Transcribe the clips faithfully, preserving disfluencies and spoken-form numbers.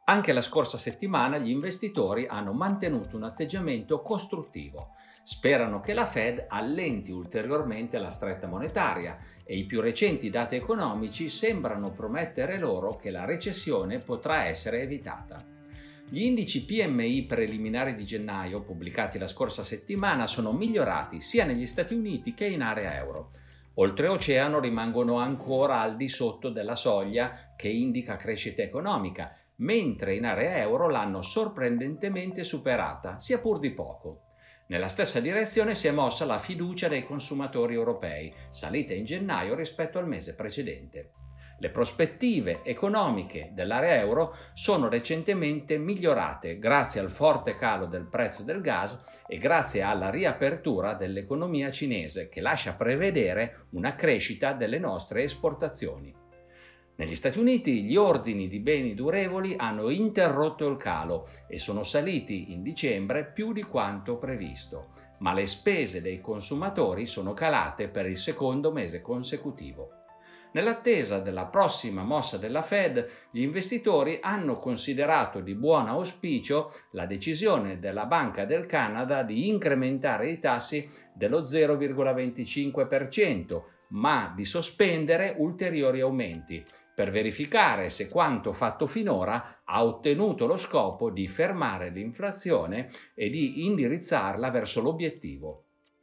Anche la scorsa settimana gli investitori hanno mantenuto un atteggiamento costruttivo. Sperano che la Fed allenti ulteriormente la stretta monetaria e i più recenti dati economici sembrano promettere loro che la recessione potrà essere evitata. Gli indici P M I preliminari di gennaio, pubblicati la scorsa settimana, sono migliorati sia negli Stati Uniti che in area euro. Oltreoceano rimangono ancora al di sotto della soglia che indica crescita economica, mentre in area euro l'hanno sorprendentemente superata, sia pur di poco. Nella stessa direzione si è mossa la fiducia dei consumatori europei, salita in gennaio rispetto al mese precedente. Le prospettive economiche dell'area euro sono recentemente migliorate grazie al forte calo del prezzo del gas e grazie alla riapertura dell'economia cinese, che lascia prevedere una crescita delle nostre esportazioni. Negli Stati Uniti gli ordini di beni durevoli hanno interrotto il calo e sono saliti in dicembre più di quanto previsto, ma le spese dei consumatori sono calate per il secondo mese consecutivo. Nell'attesa della prossima mossa della Fed, gli investitori hanno considerato di buon auspicio la decisione della Banca del Canada di incrementare i tassi dello zero virgola venticinque per cento, ma di sospendere ulteriori aumenti, per verificare se quanto fatto finora ha ottenuto lo scopo di fermare l'inflazione e di indirizzarla verso l'obiettivo.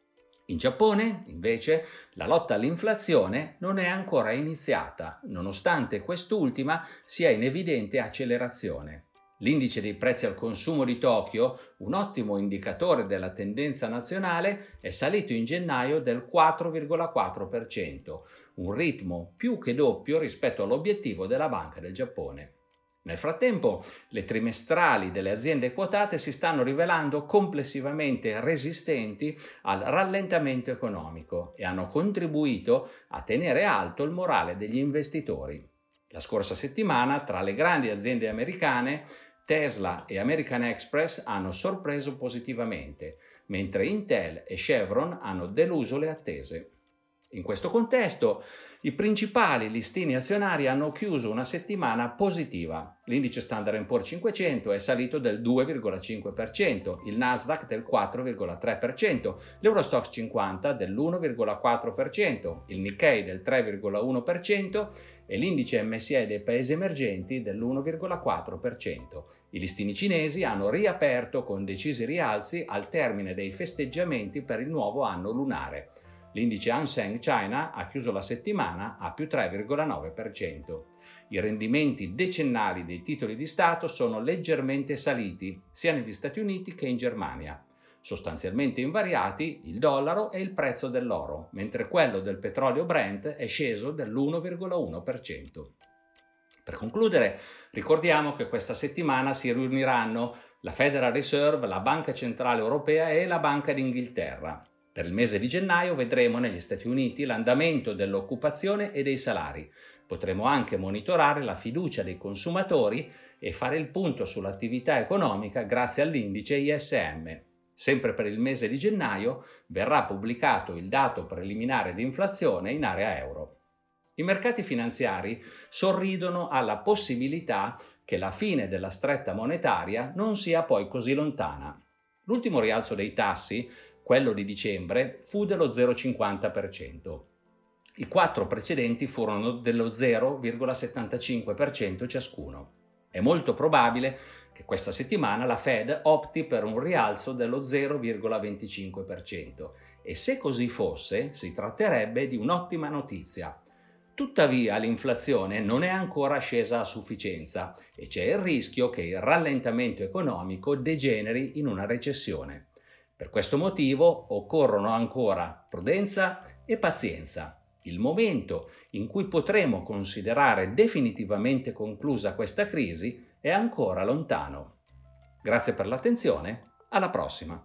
In Giappone, invece, la lotta all'inflazione non è ancora iniziata, nonostante quest'ultima sia in evidente accelerazione. L'indice dei prezzi al consumo di Tokyo, un ottimo indicatore della tendenza nazionale, è salito in gennaio del quattro virgola quattro per cento, un ritmo più che doppio rispetto all'obiettivo della Banca del Giappone. Nel frattempo, le trimestrali delle aziende quotate si stanno rivelando complessivamente resistenti al rallentamento economico e hanno contribuito a tenere alto il morale degli investitori. La scorsa settimana, tra le grandi aziende americane, Tesla e American Express hanno sorpreso positivamente, mentre Intel e Chevron hanno deluso le attese. In questo contesto, i principali listini azionari hanno chiuso una settimana positiva. L'indice Standard and Poor's cinquecento è salito del due virgola cinque per cento, il Nasdaq del quattro virgola tre per cento, l'Eurostoxx cinquanta dell'uno virgola quattro per cento, il Nikkei del tre virgola uno per cento e l'indice M S C I dei paesi emergenti dell'uno virgola quattro per cento. I listini cinesi hanno riaperto con decisi rialzi al termine dei festeggiamenti per il nuovo anno lunare. L'indice Hang Seng China ha chiuso la settimana a più tre virgola nove per cento. I rendimenti decennali dei titoli di Stato sono leggermente saliti, sia negli Stati Uniti che in Germania. Sostanzialmente invariati il dollaro e il prezzo dell'oro, mentre quello del petrolio Brent è sceso dell'uno virgola uno per cento. Per concludere, ricordiamo che questa settimana si riuniranno la Federal Reserve, la Banca Centrale Europea e la Banca d'Inghilterra. Per il mese di gennaio vedremo negli Stati Uniti l'andamento dell'occupazione e dei salari. Potremo anche monitorare la fiducia dei consumatori e fare il punto sull'attività economica grazie all'indice I S M. Sempre per il mese di gennaio verrà pubblicato il dato preliminare di inflazione in area euro. I mercati finanziari sorridono alla possibilità che la fine della stretta monetaria non sia poi così lontana. L'ultimo rialzo dei tassi, quello di dicembre, fu dello zero virgola cinquanta per cento. I quattro precedenti furono dello zero virgola settantacinque per cento ciascuno. È molto probabile che questa settimana la Fed opti per un rialzo dello zero virgola venticinque per cento e se così fosse si tratterebbe di un'ottima notizia. Tuttavia l'inflazione non è ancora scesa a sufficienza e c'è il rischio che il rallentamento economico degeneri in una recessione. Per questo motivo occorrono ancora prudenza e pazienza. Il momento in cui potremo considerare definitivamente conclusa questa crisi è ancora lontano. Grazie per l'attenzione, alla prossima!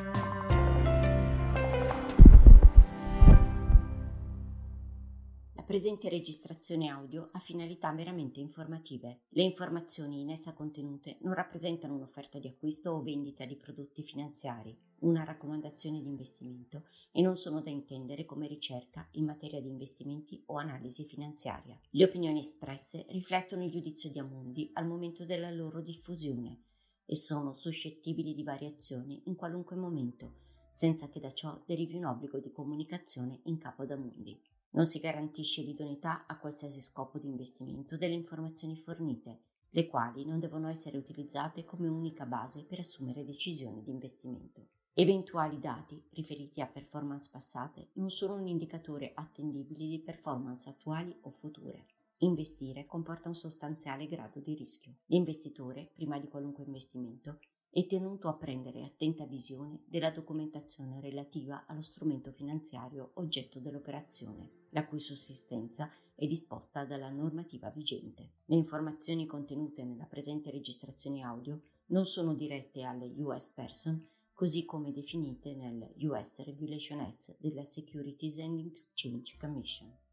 La presente registrazione audio ha finalità meramente informative. Le informazioni in essa contenute non rappresentano un'offerta di acquisto o vendita di prodotti finanziari, una raccomandazione di investimento e non sono da intendere come ricerca in materia di investimenti o analisi finanziaria. Le opinioni espresse riflettono il giudizio di Amundi al momento della loro diffusione e sono suscettibili di variazioni in qualunque momento, senza che da ciò derivi un obbligo di comunicazione in capo ad Amundi. Non si garantisce l'idoneità a qualsiasi scopo di investimento delle informazioni fornite, le quali non devono essere utilizzate come unica base per assumere decisioni di investimento. Eventuali dati riferiti a performance passate non sono un indicatore attendibile di performance attuali o future. Investire comporta un sostanziale grado di rischio. L'investitore, prima di qualunque investimento, è tenuto a prendere attenta visione della documentazione relativa allo strumento finanziario oggetto dell'operazione, la cui sussistenza è disposta dalla normativa vigente. Le informazioni contenute nella presente registrazione audio non sono dirette alle U S Person, così come definite nel U S Regulation Act della Securities and Exchange Commission.